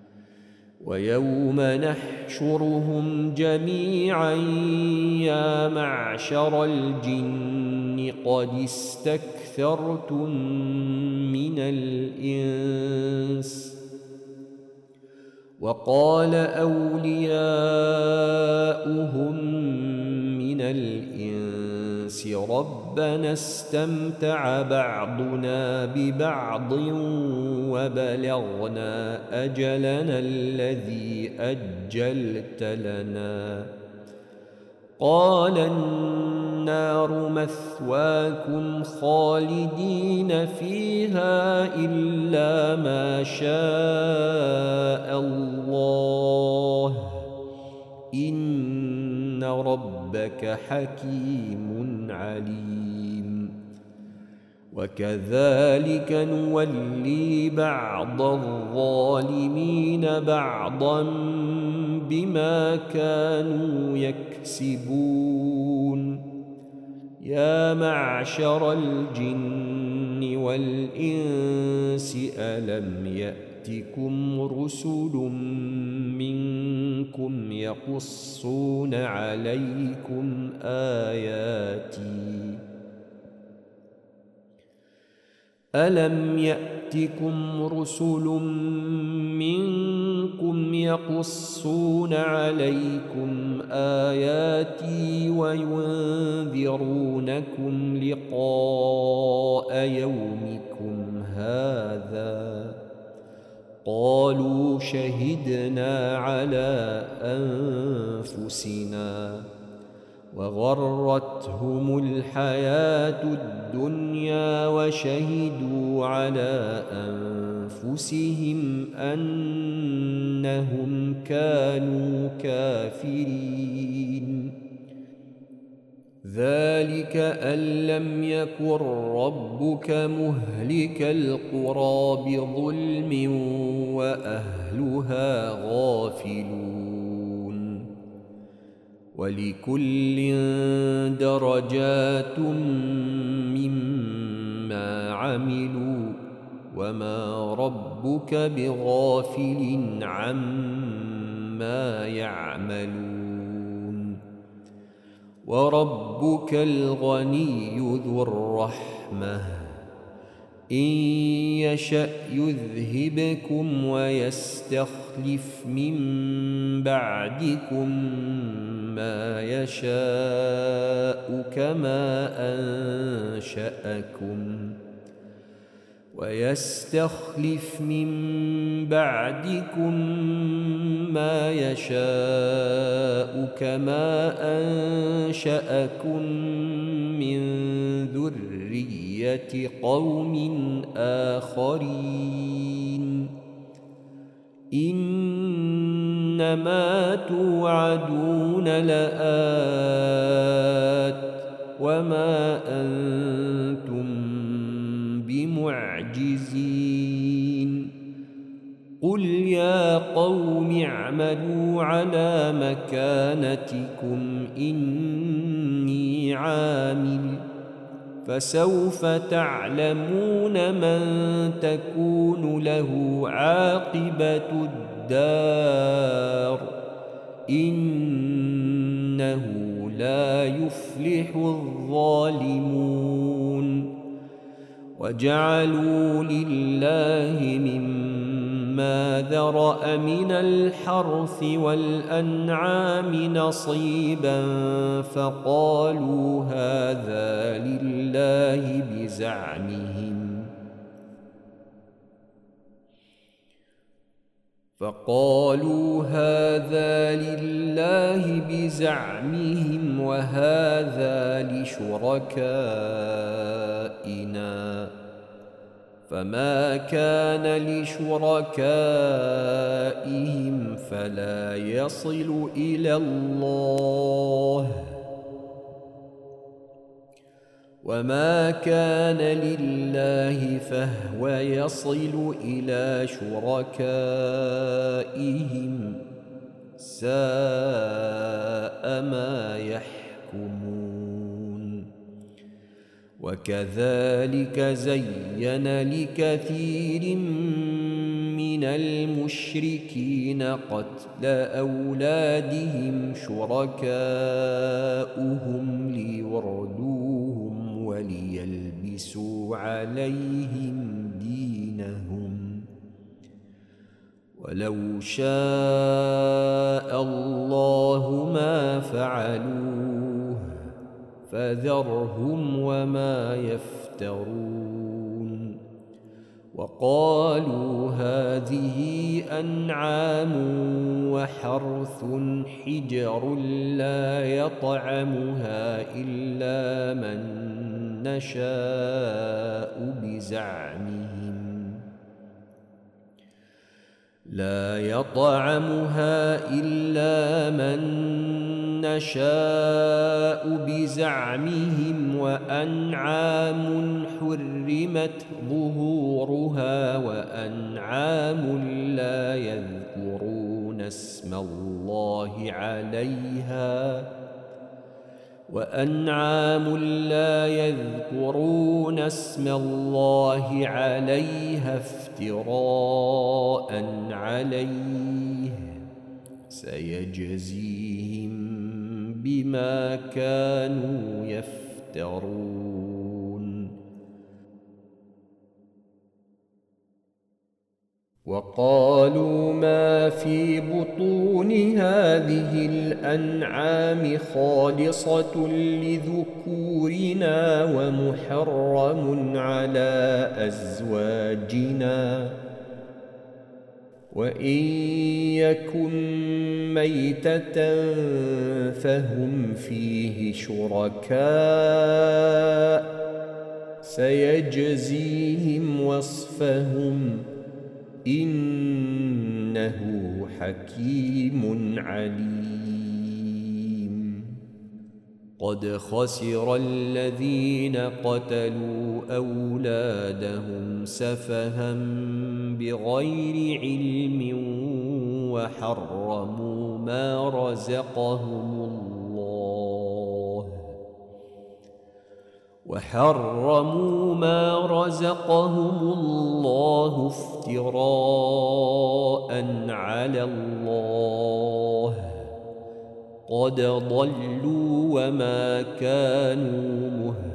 ويوم نحشرهم جميعا يا معشر الجن قد استكثرتم من الإنس وقال أولياؤهم من الإنس ربنا استمتع بعضنا ببعض وبلغنا أجلنا الذي أجلت لنا قال النار مثواكم خالدين فيها إلا ما شاء الله إن ربك حكيم عليم وكذلك نولي بعض الظالمين بعضا بما كانوا يكسبون يا معشر الجن والإنس ألم يأتكم رسل منكم يقصون عليكم آياتي ألم يأتكم رسل منكم يقصون عليكم آياتي وينذرونكم لقاء يومكم هذا قالوا شهدنا على أنفسنا وغرتهم الحياة الدنيا وشهدوا على أنفسهم أنهم كانوا كافرين ذلك أن لم يكن ربك مهلك القرى بظلم وأهلها غافلون ولكل درجات مما عملوا وما ربك بغافل عما ما يعملون وربك الغني ذو الرحمة إن يشأ يذهبكم ويستخلف من بعدكم ما يشاء كما أنشأكم ويستخلف من بعدكم ما يشاء كما أنشأكم من ذرية قوم آخرين إنما توعدون لآت وما أنتم بمعجزين قل يا قوم اعملوا على مكانتكم إني عامل فسوف تعلمون من تكون له عاقبة الدار إنه لا يفلح الظالمون وجعلوا لله مما ذرأ من الحرث والأنعام نصيبا فقالوا هذا لله بزعمهم فقالوا هذا لله بزعمهم وهذا لشركائنا فما كان لشركائهم فلا يصل إلى الله وما كان لله فهو يصل إلى شركائهم ساء ما يحكمون وكذلك زين لكثير من المشركين قتل أولادهم شركاؤهم ليردوهم وليلبسوا عليهم دينهم ولو شاء الله ما فعلوه فذرهم وما يفترون وقالوا هذه أنعام وحرث حجر لا يطعمها إلا من نشاء بزعمهم لا يطعمها إلا من نشاء بزعمهم وأنعام حرمت ظهورها وأنعام لا يذكرون اسم الله عليها وأنعام لا يذكرون اسم الله عليها افتراء عليه سيجزيهم بما كانوا يفترون وقالوا ما في بطون هذه الأنعام خالصة لذكورنا ومحرم على أزواجنا وإن يكن ميتة فهم فيه شركاء سيجزيهم وصفهم إنه حكيم عليم قد خسر الذين قتلوا أولادهم سفها بغير علم وحرموا ما رزقهم الله وحرموا ما رزقهم الله افتراء على الله قد ضلوا وما كانوا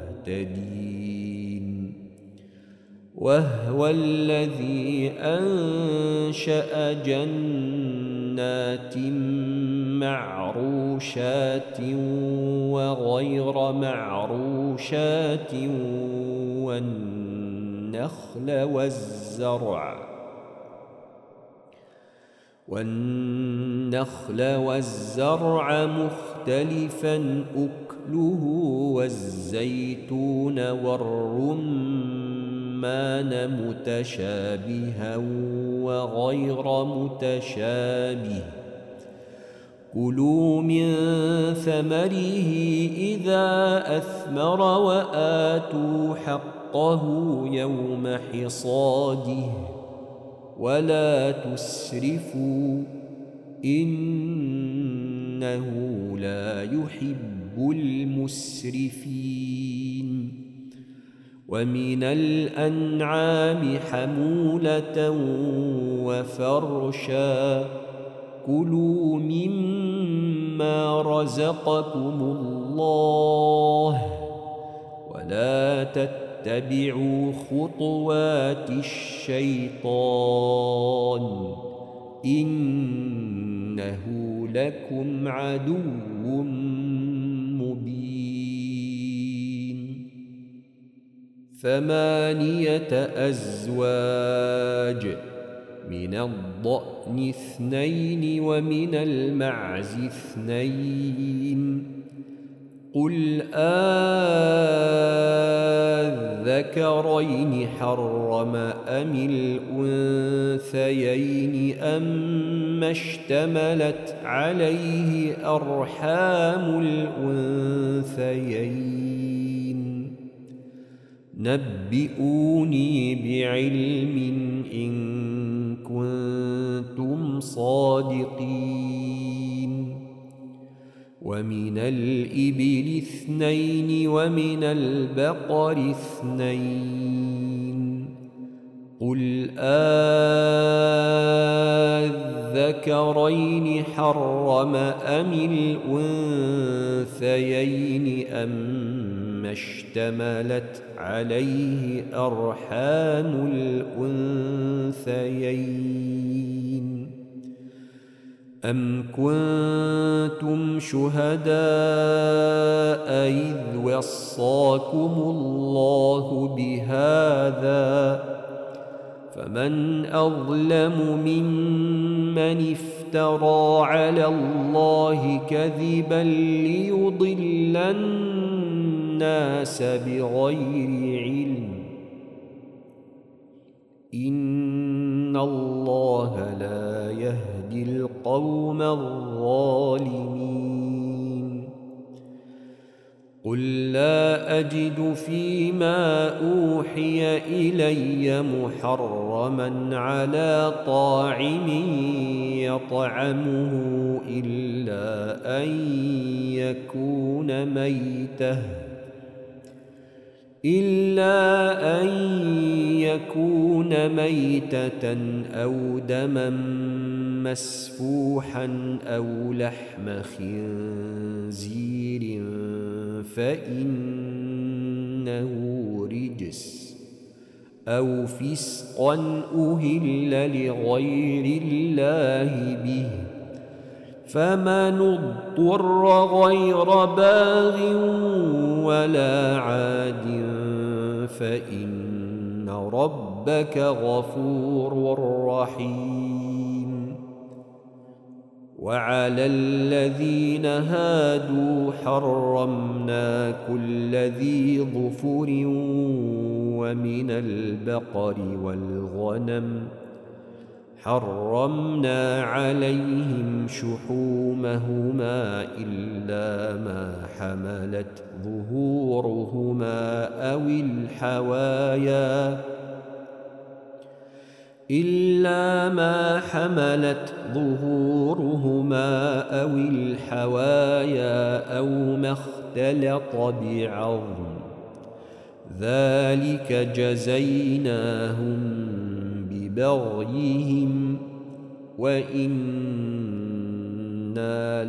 مهتدين. وهو الذي أنشأ جنات معروشات وغير معروشات والنخل والزرع والنخل والزرع مختلفا أكله والزيتون والرمان متشابها وغير متشابه كلوا من ثمره إذا أثمر وآتوا حقه يوم حصاده ولا تسرفوا إنه لا يحب المسرفين. ومن الأنعام حمولة وفرشا كلوا مما رزقكم الله ولا تتبعوا خطوات الشيطان إنه لكم عدو مبين. ثمانية أزواج من الضأن اثنين ومن المعز اثنين قل آذكرين حرم أم الأنثيين أم اشتملت عليه أرحام الأنثيين نبئوني بعلم إن كنتم صادقين. ومن الإبل اثنين ومن البقر اثنين قل آذكرين حرم أم الأنثيين أم اشتملت عليه أرحام الأنثيين أم كنتم شهداء إذ وصاكم الله بهذا فمن أظلم ممن افترى على الله كذبا ليضل الناس بغير علم إن الله لا يهدي القوم الظالمين. قل لا أجد فيما أوحي إلي محرما على طاعم يطعمه إلا أن يكون ميتة إلا أن يكون ميتة أو دما مسفوحا أو لحم خنزير فإنه رجس أو فسقا أهل لغير الله به فمن اضطر غير باغ ولا عاد فإن ربك غفور رحيم. وعلى الذين هادوا حرمنا كل ذي ظفر ومن البقر والغنم حرمنا عليهم شحومهما إلا ما حملت ظهورهما أو الحوايا إلا ما حملت ظهورهما أو الحوايا أو ما اختلط بعظم ذلك جزيناهم ببغيهم وإنا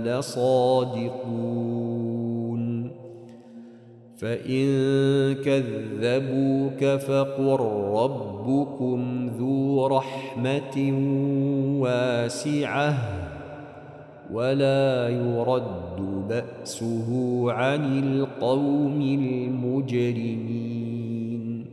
لصادقون فإن كذبوك فقل ربكم ذو رحمة واسعة ولا يرد بأسه عن القوم المجرمين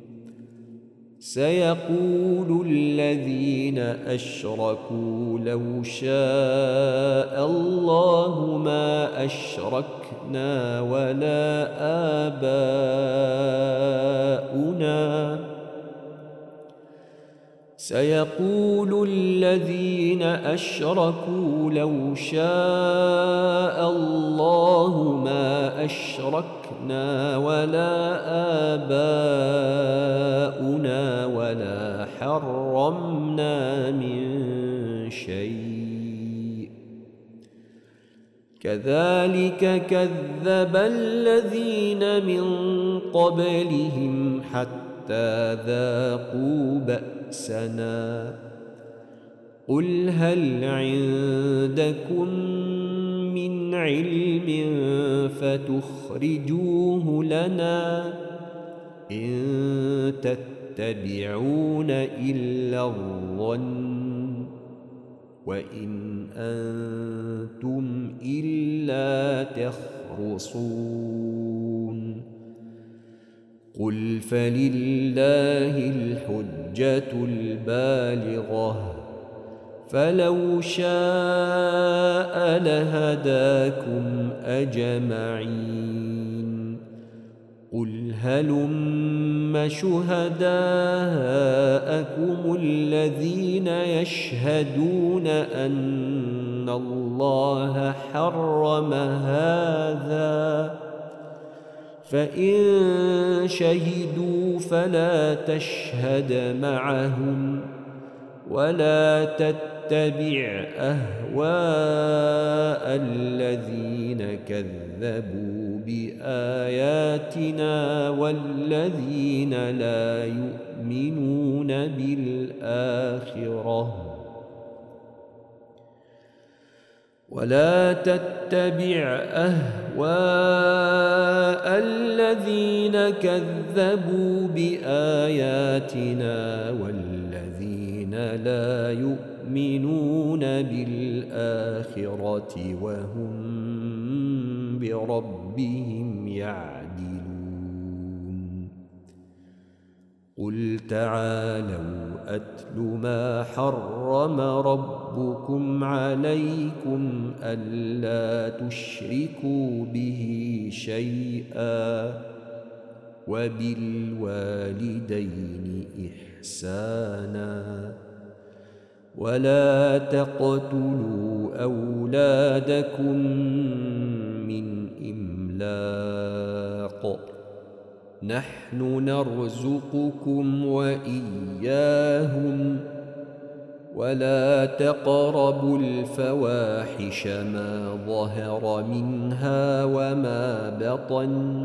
سيقول الذين أشركوا لو شاء الله ما أشركنا ولا آباؤنا سيقول الذين أشركوا لو شاء الله ما أشركنا ولا آباؤنا ولا حرمنا من شيء كذلك كذب الذين من قبلهم حتى ذاقوا بأسنا قل هل عندكم من علم فتخرجوه لنا إن تتبعون إلا الظن وإن أنتم إلا تخرصون قل فلله الحجة البالغة فلو شاء لهداكم أجمعين قل هلم شهداءكم الذين يشهدون أن الله حرم هذا فإن شهدوا فلا تشهد معهم ولا تتبع أهواء الذين كذبوا بآياتنا والذين لا يؤمنون بالآخرة ولا تتبع أهواء الذين كذبوا بآياتنا والذين لا يؤمنون بالآخرة وهم بربهم يعدلون قل تعالوا أتل ما حرم ربكم عليكم ألا تشركوا به شيئا وبالوالدين إحسانا ولا تقتلوا أولادكم من إملاق نحن نرزقكم وإياهم ولا تقربوا الفواحش ما ظهر منها وما بطن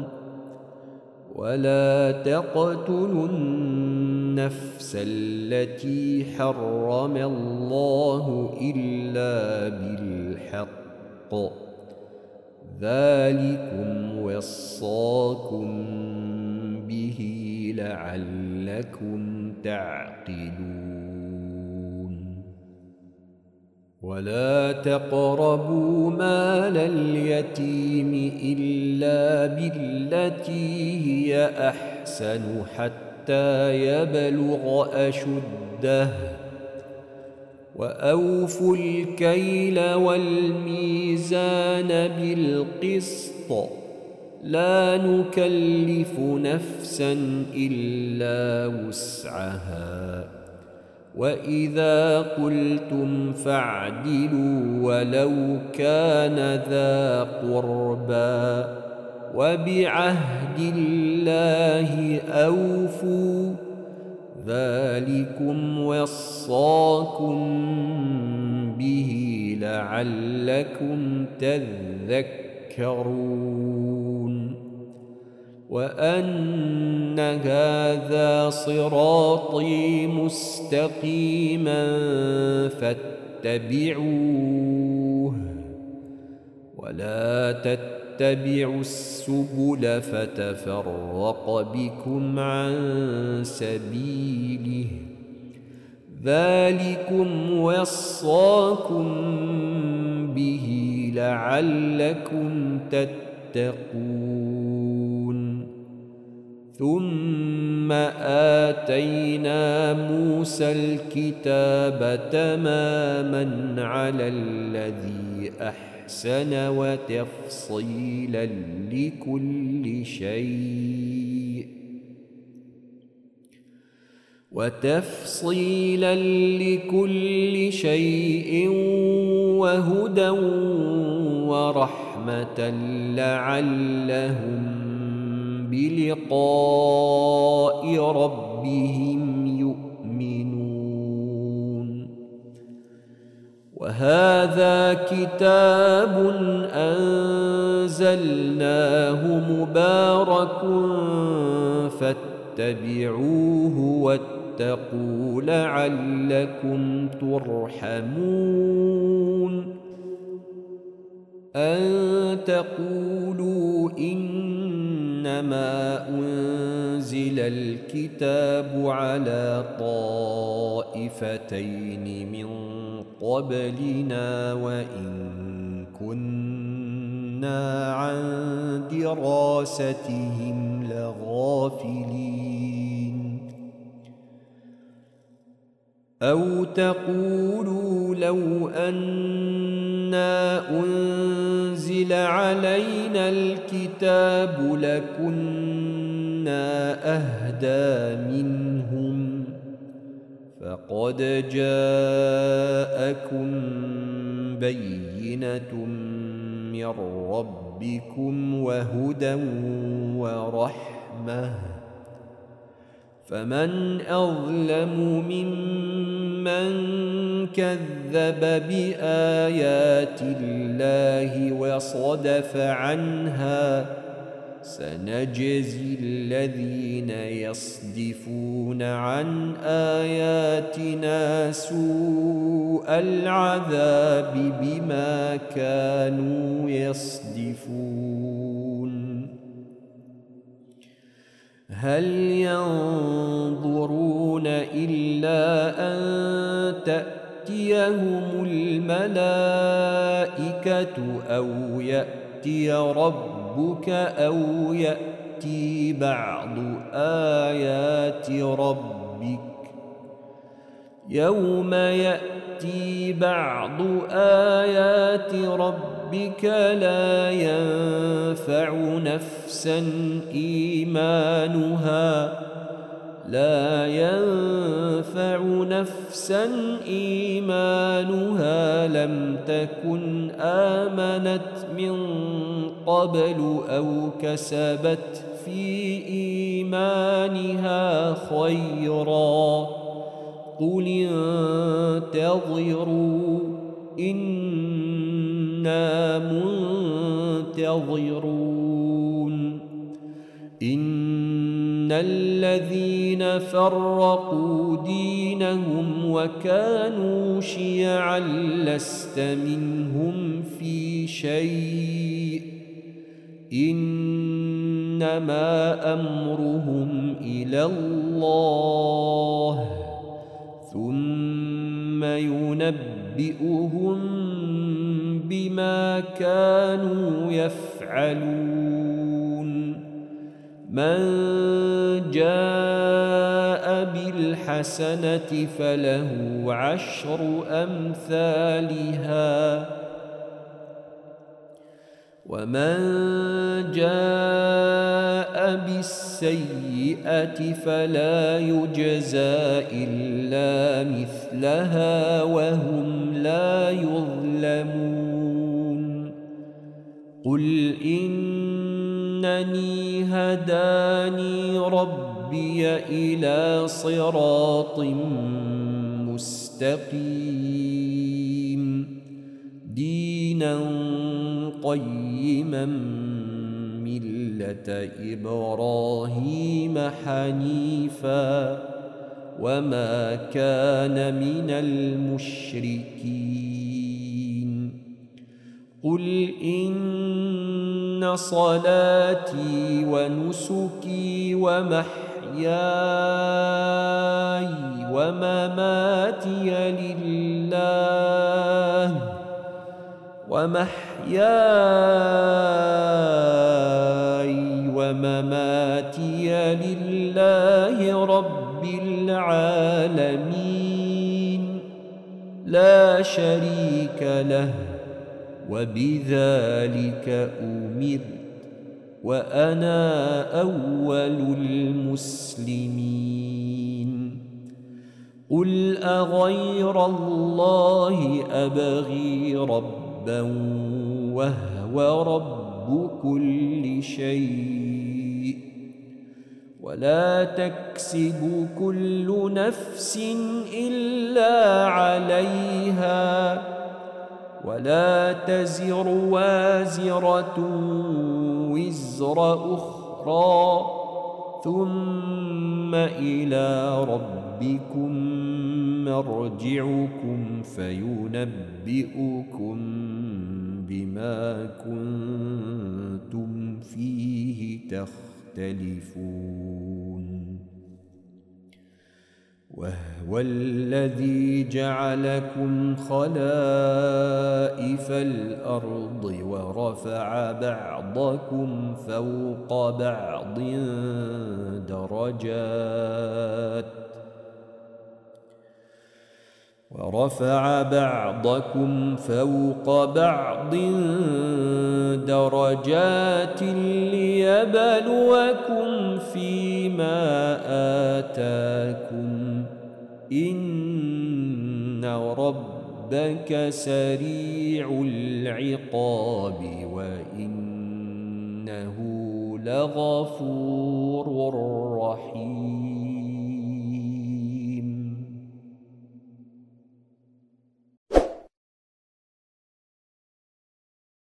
ولا تقتلوا النفس التي حرم الله إلا بالحق ذلكم وصاكم به لعلكم تعقلون ولا تقربوا مال اليتيم إلا بالتي هي أحسن حتى يبلغ أشده وأوفوا الكيل والميزان بالقسط لا نكلف نفسا إلا وسعها وإذا قلتم فاعدلوا ولو كان ذا قربى وبعهد الله أوفوا ذلكم وصاكم به لعلكم تذكرون وأن هذا صراطي مستقيما فاتبعوه ولا تتبعوا السبل فتفرق بكم عن سبيله ذلكم وصاكم به لعلكم تتقون. ثم آتينا موسى الكتاب تماما على الذي أحسن وتفصيلا لكل شيء وتفصيلا لكل شيء وهدى ورحمة لعلهم بلقاء ربهم يؤمنون. وهذا كتاب أنزلناه مبارك فاتبعوه واتقوا لعلكم ترحمون. أن تقولوا إنما أنزل الكتاب على طائفتين من قبلنا وإن كنا عن دراستهم لغافلين. أو تقولوا لو أنا أنزل علينا الكتاب لكنا أهدى منهم فقد جاءكم بينة من ربكم وهدى ورحمة فمن أظلم ممن كذب بآيات الله وصدف عنها سنجزي الذين يصدفون عن آياتنا سوء العذاب بما كانوا يصدفون. هل ينظرون إلا أن تأتيهم الملائكة أو يأتي ربك أو يأتي بعض آيات ربك يوم يأتي بعض آيات ربك لا ينفع نفسا إيمانها لا ينفع نفسا إيمانها لم تكن آمنت من قبل أو كسبت في إيمانها خيرا قل انتظروا إنا منتظرون. إن الذين فرقوا دينهم وكانوا شيعا لست منهم في شيء إنما أمرهم إلى الله ثم ينبئهم بما كانوا يفعلون. من جاء بالحسنة فله عشر أمثالها ومن جاء بالسيئة فلا يجزى إلا مثلها وهم لا يظلمون. قل إنني هداني ربي إلى صراط مستقيم دينا قيما ملة ملة إبراهيم حنيفا وما كان من المشركين قل إن صلاتي ونسكي ومحياي ومماتي لله ومحياي ومماتي لله رب العالمين لا شريك له وبذلك أمرت وأنا أول المسلمين قل أغير الله أبغي ربا وهو رب كل شيء ولا تكسب كل نفس إلا عليها ولا تزر وازرة وزر أخرى ثم إلى ربكم مرجعكم فينبئكم بما كنتم فيه تختلفون وهو الذي جعلكم خلائف الأرض ورفع بعضكم فوق بعض درجات ورفع بعضكم فوق بعض درجات ليبلوكم فيما آتاكم إن ربك سريع العقاب وإنه لغفور رحيم